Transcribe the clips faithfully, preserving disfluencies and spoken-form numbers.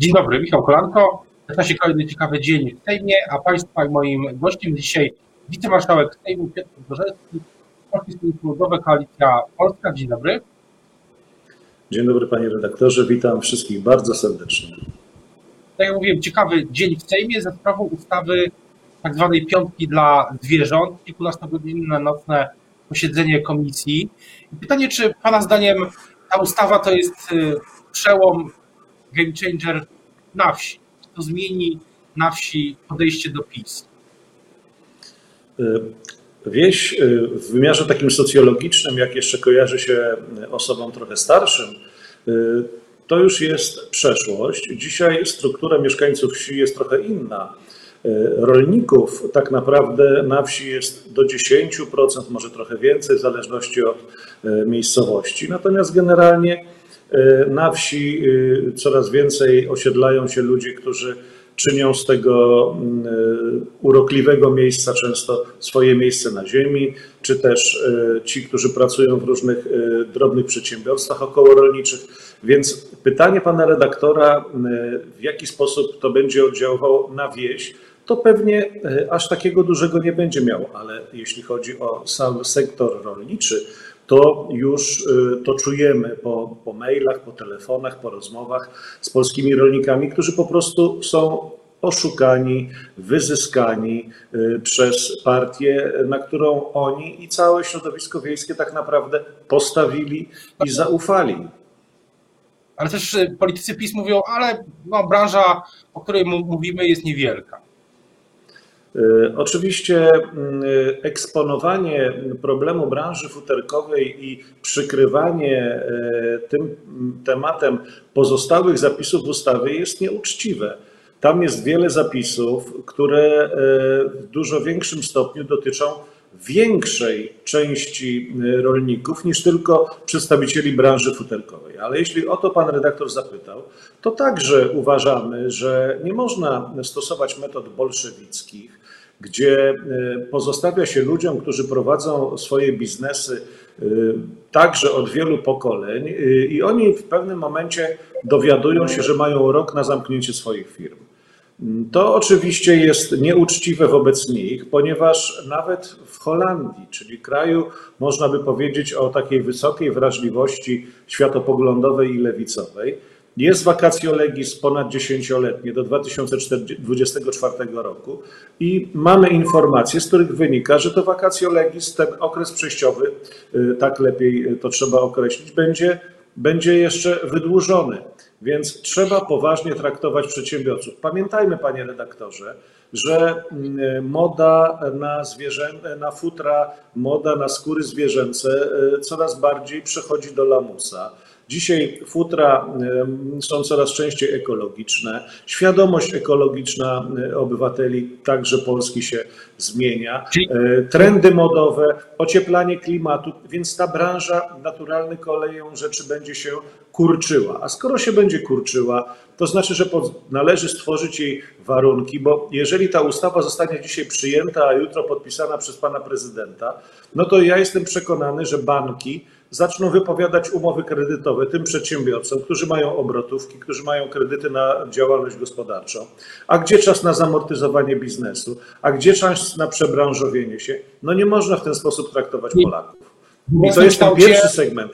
Dzień dobry, Michał Kolanko. Zaczyna się kolejny ciekawy dzień w Sejmie, a Państwa i moim gościem dzisiaj wicemarszałek Sejmu Piotr Zgorzelski, Polskie Stronnictwo Ludowe, Koalicja Polska. Dzień dobry. Dzień dobry panie redaktorze, witam wszystkich bardzo serdecznie. Tak jak mówiłem, ciekawy dzień w Sejmie ze sprawą ustawy tak zwanej piątki dla zwierząt, kilkunastogodzinne nocne posiedzenie komisji. Pytanie, czy Pana zdaniem ta ustawa to jest przełom, game changer na wsi? Czy to zmieni na wsi podejście do PiS? Wieś w wymiarze takim socjologicznym, jak jeszcze kojarzy się osobom trochę starszym, to już jest przeszłość. Dzisiaj struktura mieszkańców wsi jest trochę inna. Rolników tak naprawdę na wsi jest do dziesięciu procent, może trochę więcej, w zależności od miejscowości. Natomiast generalnie na wsi coraz więcej osiedlają się ludzie, którzy czynią z tego urokliwego miejsca często swoje miejsce na ziemi, czy też ci, którzy pracują w różnych drobnych przedsiębiorstwach okołorolniczych. Więc pytanie pana redaktora, w jaki sposób to będzie oddziaływało na wieś, to pewnie aż takiego dużego nie będzie miało, ale jeśli chodzi o sam sektor rolniczy, to już to czujemy po, po mailach, po telefonach, po rozmowach z polskimi rolnikami, którzy po prostu są oszukani, wyzyskani przez partię, na którą oni i całe środowisko wiejskie tak naprawdę postawili i zaufali. Ale też politycy PiS mówią, ale no, branża, o której mówimy, jest niewielka. Oczywiście eksponowanie problemu branży futerkowej i przykrywanie tym tematem pozostałych zapisów w ustawie jest nieuczciwe. Tam jest wiele zapisów, które w dużo większym stopniu dotyczą większej części rolników niż tylko przedstawicieli branży futerkowej. Ale jeśli o to pan redaktor zapytał, to także uważamy, że nie można stosować metod bolszewickich, gdzie pozostawia się ludziom, którzy prowadzą swoje biznesy także od wielu pokoleń i oni w pewnym momencie dowiadują się, że mają rok na zamknięcie swoich firm. To oczywiście jest nieuczciwe wobec nich, ponieważ nawet w Holandii, czyli kraju, można by powiedzieć o takiej wysokiej wrażliwości światopoglądowej i lewicowej, jest vacatio legis ponaddziesięcioletnie do dwa tysiące dwudziestego czwartego roku i mamy informacje, z których wynika, że to vacatio legis, ten okres przejściowy, tak lepiej to trzeba określić, będzie, będzie jeszcze wydłużony. Więc trzeba poważnie traktować przedsiębiorców. Pamiętajmy, panie redaktorze, że moda na, zwierzę, na futra, moda na skóry zwierzęce coraz bardziej przechodzi do lamusa. Dzisiaj futra są coraz częściej ekologiczne. Świadomość ekologiczna obywateli także Polski się zmienia. Trendy modowe, ocieplanie klimatu, więc ta branża naturalny koleją rzeczy będzie się kurczyła. A skoro się będzie kurczyła, to znaczy, że należy stworzyć jej warunki, bo jeżeli ta ustawa zostanie dzisiaj przyjęta, a jutro podpisana przez pana prezydenta, no to ja jestem przekonany, że banki zaczną wypowiadać umowy kredytowe tym przedsiębiorcom, którzy mają obrotówki, którzy mają kredyty na działalność gospodarczą. A gdzie czas na zamortyzowanie biznesu? A gdzie czas na przebranżowienie się? No nie można w ten sposób traktować Polaków. I to jest ten pierwszy segment.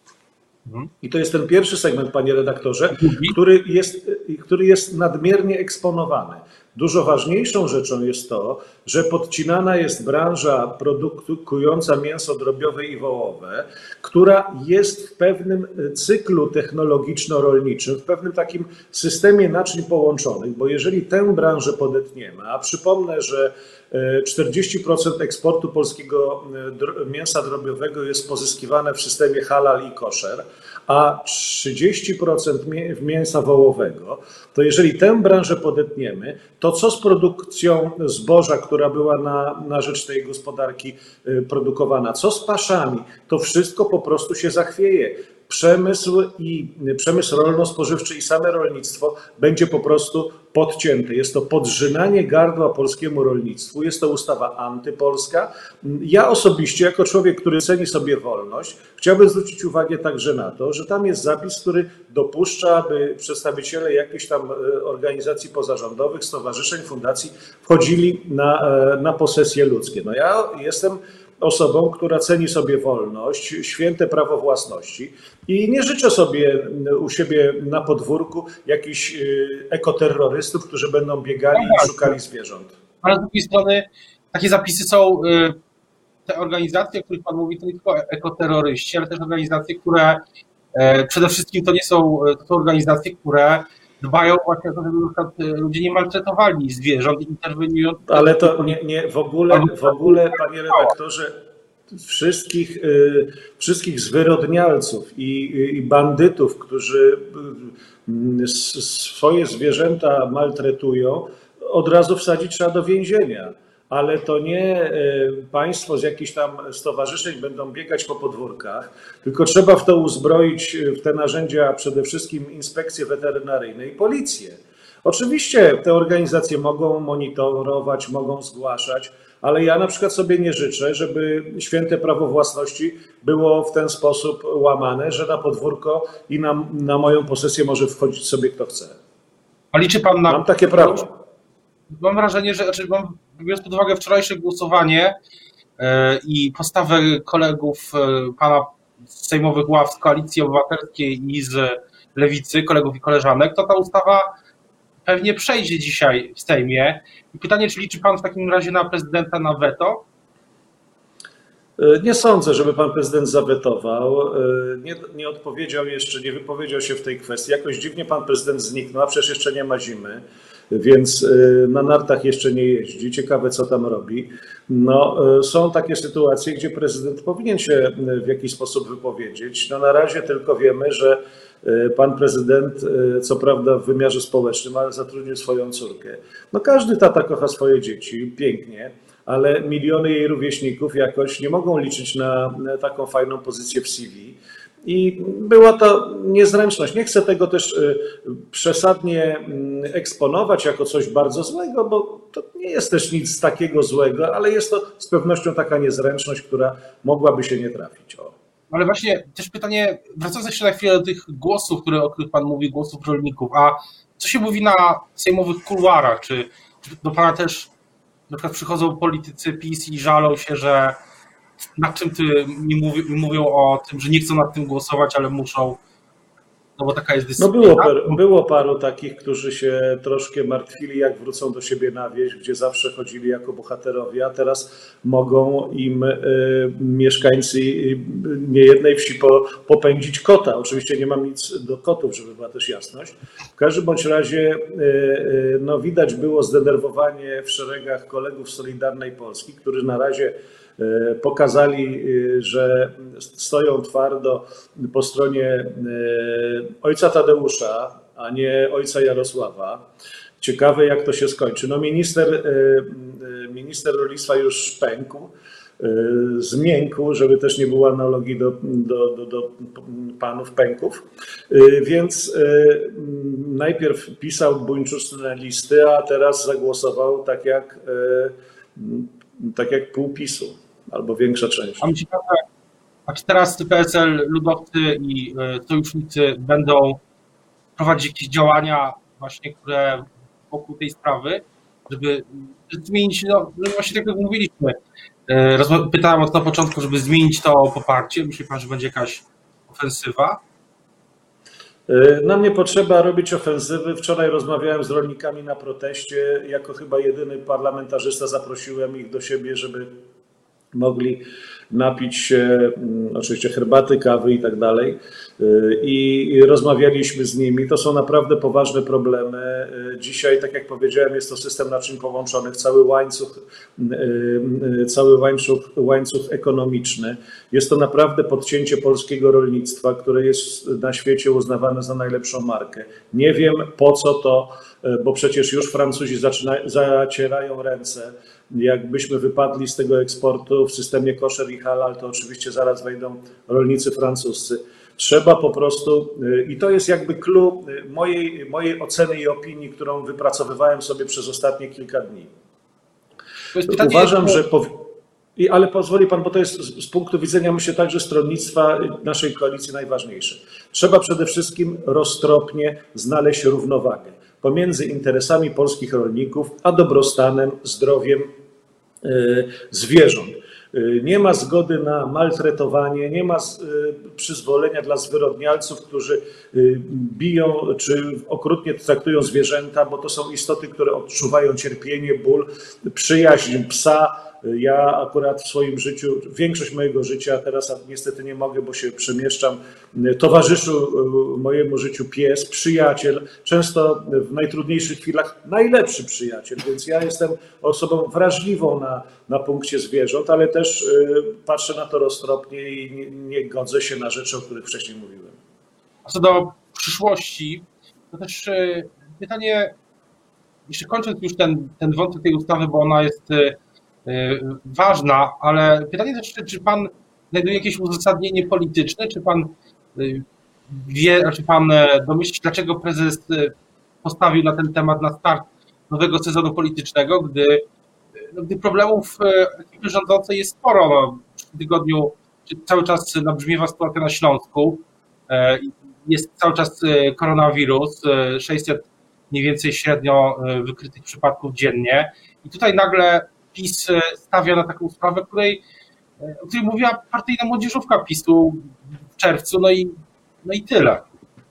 I to jest ten pierwszy segment, panie redaktorze, który jest, który jest nadmiernie eksponowany. Dużo ważniejszą rzeczą jest to, że podcinana jest branża produkująca mięso drobiowe i wołowe, która jest w pewnym cyklu technologiczno-rolniczym, w pewnym takim systemie naczyń połączonych, bo jeżeli tę branżę podetniemy, a przypomnę, że czterdzieści procent eksportu polskiego mięsa drobiowego jest pozyskiwane w systemie halal i koszer, a trzydzieści procent mięsa wołowego, to jeżeli tę branżę podetniemy, to co z produkcją zboża, która była na, na rzecz tej gospodarki produkowana, co z paszami, to wszystko po prostu się zachwieje. przemysł i przemysł rolno-spożywczy i same rolnictwo będzie po prostu podcięte. Jest to podrzynanie gardła polskiemu rolnictwu, jest to ustawa antypolska. Ja osobiście, jako człowiek, który ceni sobie wolność, chciałbym zwrócić uwagę także na to, że tam jest zapis, który dopuszcza, aby przedstawiciele jakichś tam organizacji pozarządowych, stowarzyszeń, fundacji wchodzili na, na posesje ludzkie. No ja jestem osobą, która ceni sobie wolność, święte prawo własności i nie życzę sobie u siebie na podwórku jakichś ekoterrorystów, którzy będą biegali i szukali zwierząt. Ale z drugiej strony takie zapisy są, te organizacje, o których Pan mówi, to nie tylko ekoterroryści, ale też organizacje, które przede wszystkim to nie są, to są organizacje, które dbają właśnie o to, żeby na przykład ludzie nie maltretowali zwierząt, interweniując. Ale to nie, nie w ogóle, w ogóle, panie redaktorze, wszystkich, wszystkich zwyrodnialców i, i bandytów, którzy swoje zwierzęta maltretują, od razu wsadzić trzeba do więzienia. Ale to nie państwo z jakichś tam stowarzyszeń będą biegać po podwórkach, tylko trzeba w to uzbroić, w te narzędzia przede wszystkim inspekcje weterynaryjne i policję. Oczywiście te organizacje mogą monitorować, mogą zgłaszać, ale ja na przykład sobie nie życzę, żeby święte prawo własności było w ten sposób łamane, że na podwórko i na, na moją posesję może wchodzić sobie kto chce. A liczy Pan na... Mam takie prawo. Mam wrażenie, że znaczy mam, biorąc pod uwagę wczorajsze głosowanie yy, i postawę kolegów yy, Pana z sejmowych ław z Koalicji Obywatelskiej i z Lewicy, kolegów i koleżanek, to ta ustawa pewnie przejdzie dzisiaj w Sejmie. I pytanie, czy liczy Pan w takim razie na prezydenta na weto? Nie sądzę, żeby pan prezydent zawetował. Nie, nie odpowiedział jeszcze, nie wypowiedział się w tej kwestii. Jakoś dziwnie pan prezydent zniknął, a przecież jeszcze nie ma zimy, więc na nartach jeszcze nie jeździ. Ciekawe, co tam robi. No, są takie sytuacje, gdzie prezydent powinien się w jakiś sposób wypowiedzieć. No, na razie tylko wiemy, że pan prezydent, co prawda w wymiarze społecznym, ale zatrudnił swoją córkę. No, każdy tata kocha swoje dzieci, pięknie, ale miliony jej rówieśników jakoś nie mogą liczyć na taką fajną pozycję w C V. I była to niezręczność. Nie chcę tego też przesadnie eksponować jako coś bardzo złego, bo to nie jest też nic takiego złego, ale jest to z pewnością taka niezręczność, która mogłaby się nie trafić. O. Ale właśnie też pytanie, wracając jeszcze na chwilę do tych głosów, które, o których Pan mówi, głosów rolników, a co się mówi na sejmowych kuluarach? Czy, czy do Pana też na przykład przychodzą politycy PiS i żalą się, że nad czym ty mi mówi, mówią o tym, że nie chcą nad tym głosować, ale muszą, no bo taka jest dyscyplina. No było, było paru takich, którzy się troszkę martwili, jak wrócą do siebie na wieś, gdzie zawsze chodzili jako bohaterowie, a teraz mogą im y, mieszkańcy y, niejednej wsi po, popędzić kota. Oczywiście nie mam nic do kotów, żeby była też jasność. W każdym bądź razie y, y, no, widać było zdenerwowanie w szeregach kolegów z Solidarnej Polski, którzy na razie pokazali, że stoją twardo po stronie ojca Tadeusza, a nie ojca Jarosława. Ciekawe, jak to się skończy. No minister, minister rolnictwa już pękł, zmiękł, żeby też nie było analogii do, do, do, do panów pęków. Więc najpierw pisał buńczuczne listy, a teraz zagłosował tak jak, tak jak pół PiSu. Albo większa część. A, ciekawe, a czy teraz P S L, ludowcy i sojusznicy będą prowadzić jakieś działania właśnie, które wokół tej sprawy, żeby zmienić, no, no właśnie tak jak mówiliśmy, pytałem od na początku, żeby zmienić to poparcie. Myśli Pan, że będzie jakaś ofensywa? Nam nie potrzeba robić ofensywy. Wczoraj rozmawiałem z rolnikami na proteście. Jako chyba jedyny parlamentarzysta zaprosiłem ich do siebie, żeby mogli napić się oczywiście herbaty, kawy i tak dalej. I rozmawialiśmy z nimi. To są naprawdę poważne problemy. Dzisiaj, tak jak powiedziałem, jest to system naczyń połączonych, cały łańcuch, cały łańcuch, łańcuch ekonomiczny. Jest to naprawdę podcięcie polskiego rolnictwa, które jest na świecie uznawane za najlepszą markę. Nie wiem, po co to, bo przecież już Francuzi zaczyna, zacierają ręce. Jakbyśmy wypadli z tego eksportu w systemie koszer i halal, to oczywiście zaraz wejdą rolnicy francuscy. Trzeba po prostu, i to jest jakby clue mojej, mojej oceny i opinii, którą wypracowywałem sobie przez ostatnie kilka dni. Uważam, że... I, ale pozwoli pan, bo to jest z, z punktu widzenia, myślę, także stronnictwa naszej koalicji najważniejsze. Trzeba przede wszystkim roztropnie znaleźć równowagę pomiędzy interesami polskich rolników, a dobrostanem, zdrowiem y, zwierząt. Y, nie ma zgody na maltretowanie, nie ma y, przyzwolenia dla zwyrodnialców, którzy y, biją czy okrutnie traktują zwierzęta, bo to są istoty, które odczuwają cierpienie, ból, przyjaźń psa. Ja akurat w swoim życiu, większość mojego życia, teraz niestety nie mogę, bo się przemieszczam, towarzyszył mojemu życiu pies, przyjaciel, często w najtrudniejszych chwilach najlepszy przyjaciel, więc ja jestem osobą wrażliwą na, na punkcie zwierząt, ale też patrzę na to roztropnie i nie, nie godzę się na rzeczy, o których wcześniej mówiłem. A co do przyszłości, to też pytanie, jeszcze kończąc już ten, ten wątek tej ustawy, bo ona jest ważna, ale pytanie też, czy pan znajduje jakieś uzasadnienie polityczne, czy pan wie, czy pan domyśli, dlaczego prezes postawił na ten temat na start nowego sezonu politycznego, gdy, no, gdy problemów ekipy rządzącej jest sporo. No, w tym tygodniu cały czas nabrzmiewa sytuacja na Śląsku, jest cały czas koronawirus, sześćset mniej więcej średnio wykrytych przypadków dziennie i tutaj nagle PiS stawia na taką sprawę, której, o której mówiła partyjna młodzieżówka PiSu w czerwcu, no i, no i tyle.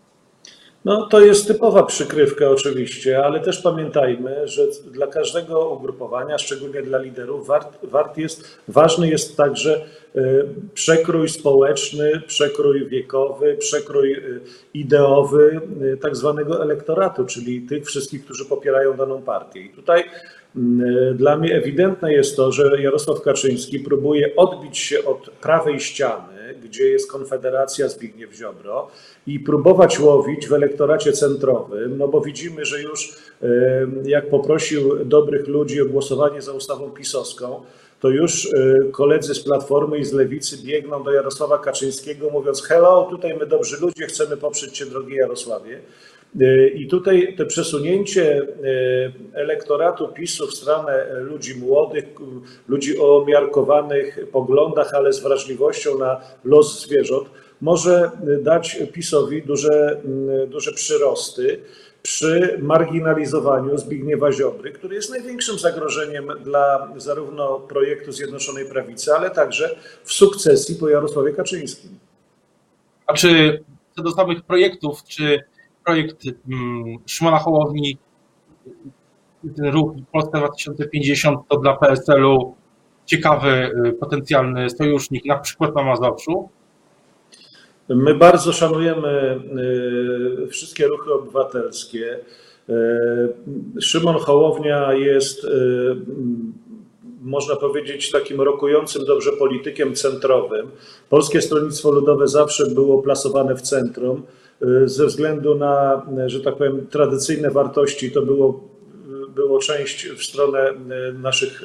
No to jest typowa przykrywka oczywiście, ale też pamiętajmy, że dla każdego ugrupowania, szczególnie dla liderów, wart, wart jest, ważny jest także przekrój społeczny, przekrój wiekowy, przekrój ideowy tak zwanego elektoratu, czyli tych wszystkich, którzy popierają daną partię. I tutaj dla mnie ewidentne jest to, że Jarosław Kaczyński próbuje odbić się od prawej ściany, gdzie jest Konfederacja, Zbigniew Ziobro, i próbować łowić w elektoracie centrowym, no bo widzimy, że już jak poprosił dobrych ludzi o głosowanie za ustawą pisowską, to już koledzy z Platformy i z Lewicy biegną do Jarosława Kaczyńskiego, mówiąc: hello, tutaj my dobrzy ludzie, chcemy poprzeć cię, drogi Jarosławie. I tutaj to przesunięcie elektoratu PiSu w stronę ludzi młodych, ludzi o umiarkowanych poglądach, ale z wrażliwością na los zwierząt, może dać PiSowi duże, duże przyrosty przy marginalizowaniu Zbigniewa Ziobry, który jest największym zagrożeniem dla zarówno projektu Zjednoczonej Prawicy, ale także w sukcesji po Jarosławie Kaczyńskim. A czy co do samych projektów, czy projekt Szymona Hołowni, ten ruch Polska dwa tysiące pięćdziesiąt, to dla P S L-u ciekawy, potencjalny sojusznik, na przykład na Mazowszu? My bardzo szanujemy wszystkie ruchy obywatelskie. Szymon Hołownia jest, można powiedzieć, takim rokującym dobrze politykiem centrowym. Polskie Stronnictwo Ludowe zawsze było plasowane w centrum. Ze względu na, że tak powiem, tradycyjne wartości, to było, było część w stronę naszych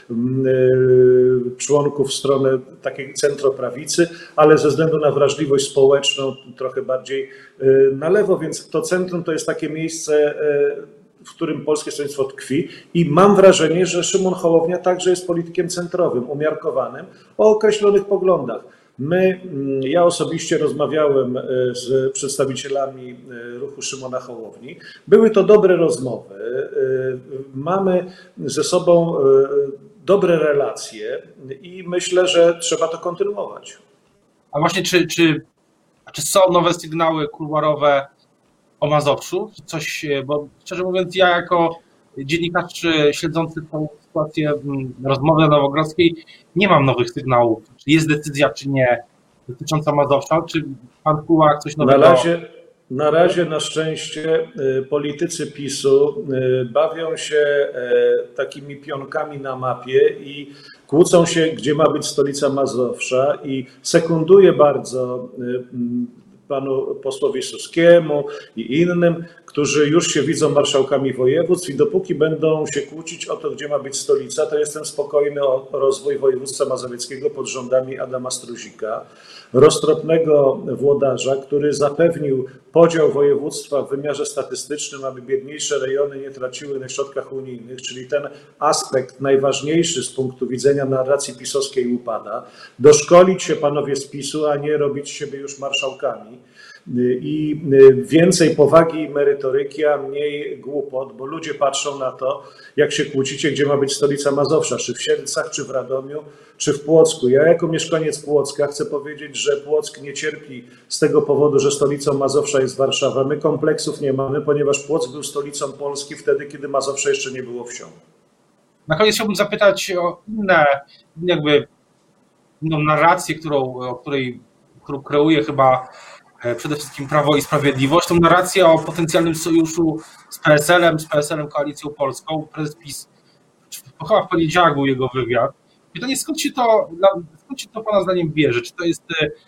członków, w stronę takiej centroprawicy, ale ze względu na wrażliwość społeczną trochę bardziej na lewo, więc to centrum to jest takie miejsce, w którym Polskie Stronnictwo tkwi, i mam wrażenie, że Szymon Hołownia także jest politykiem centrowym, umiarkowanym, o określonych poglądach. My, ja osobiście rozmawiałem z przedstawicielami ruchu Szymona Hołowni. Były to dobre rozmowy. Mamy ze sobą dobre relacje i myślę, że trzeba to kontynuować. A właśnie, czy, czy, czy są nowe sygnały kuluarowe o Mazowszu? Coś, bo szczerze mówiąc, ja jako dziennikarz śledzący tę sytuację rozmowy na Nowogrodzkiej nie mam nowych sygnałów. Czy jest decyzja, czy nie, dotycząca Mazowsza? Czy pan w kuluarach coś nowego? Na razie, na razie na szczęście politycy PiSu bawią się takimi pionkami na mapie i kłócą się, gdzie ma być stolica Mazowsza, i sekunduje bardzo panu posłowi Suskiemu i innym, którzy już się widzą marszałkami województw i dopóki będą się kłócić o to, gdzie ma być stolica, to jestem spokojny o rozwój województwa mazowieckiego pod rządami Adama Struzika, roztropnego włodarza, który zapewnił podział województwa w wymiarze statystycznym, aby biedniejsze rejony nie traciły na środkach unijnych, czyli ten aspekt najważniejszy z punktu widzenia narracji pisowskiej upada. Doszkolić się panowie z PiSu, a nie robić siebie już marszałkami. I więcej powagi i merytoryki, a mniej głupot, bo ludzie patrzą na to, jak się kłócicie, gdzie ma być stolica Mazowsza, czy w Siedlcach, czy w Radomiu, czy w Płocku. Ja jako mieszkaniec Płocka chcę powiedzieć, że Płock nie cierpi z tego powodu, że stolicą Mazowsza jest Warszawa. My kompleksów nie mamy, ponieważ Płock był stolicą Polski wtedy, kiedy Mazowsze jeszcze nie było wsią. Na koniec chciałbym zapytać o inne, jakby inną narrację, którą, o której, którą kreuje chyba przede wszystkim Prawo i Sprawiedliwość, tą narrację o potencjalnym sojuszu z P S L-em, z P S L-em Koalicją Polską. Prezes PiS, chyba w poniedziałek był jego wywiad. Pytanie, skąd się to, skąd się to pana zdaniem bierze? Czy to jest,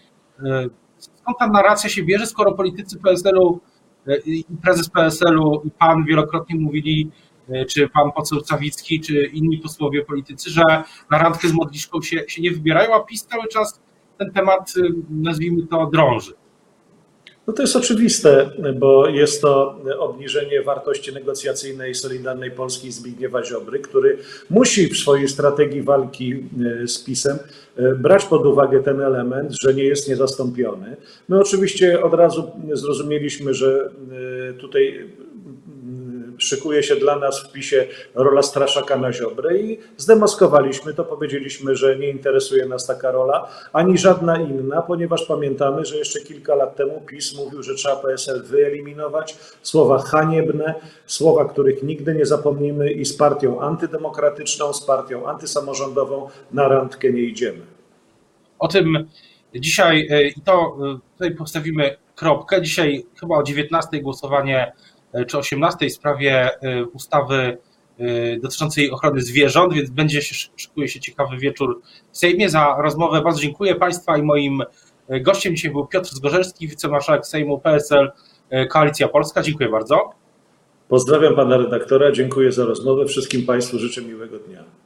skąd ta narracja się bierze, skoro politycy P S L-u i prezes P S L-u i pan wielokrotnie mówili, czy pan poseł Sawicki, czy inni posłowie politycy, że na randkę z modliszką się, się nie wybierają, a PiS cały czas ten temat, nazwijmy to, drąży. No to jest oczywiste, bo jest to obniżenie wartości negocjacyjnej Solidarnej Polski Zbigniewa Ziobry, który musi w swojej strategii walki z PiS-em brać pod uwagę ten element, że nie jest niezastąpiony. My oczywiście od razu zrozumieliśmy, że tutaj szykuje się dla nas w PiS-ie rola straszaka na Ziobrę i zdemaskowaliśmy to, powiedzieliśmy, że nie interesuje nas taka rola, ani żadna inna, ponieważ pamiętamy, że jeszcze kilka lat temu PiS mówił, że trzeba P S L wyeliminować, słowa haniebne, słowa, których nigdy nie zapomnimy i z partią antydemokratyczną, z partią antysamorządową na randkę nie idziemy. O tym dzisiaj, i to tutaj postawimy kropkę, dzisiaj chyba o dziewiętnastej głosowanie czy osiemnastej w sprawie ustawy dotyczącej ochrony zwierząt, więc będzie się, szykuje się ciekawy wieczór w Sejmie. Za rozmowę bardzo dziękuję Państwa i moim gościem dzisiaj był Piotr Zgorzelski, wicemarszałek Sejmu P S L Koalicja Polska. Dziękuję bardzo. Pozdrawiam pana redaktora, dziękuję za rozmowę. Wszystkim Państwu życzę miłego dnia.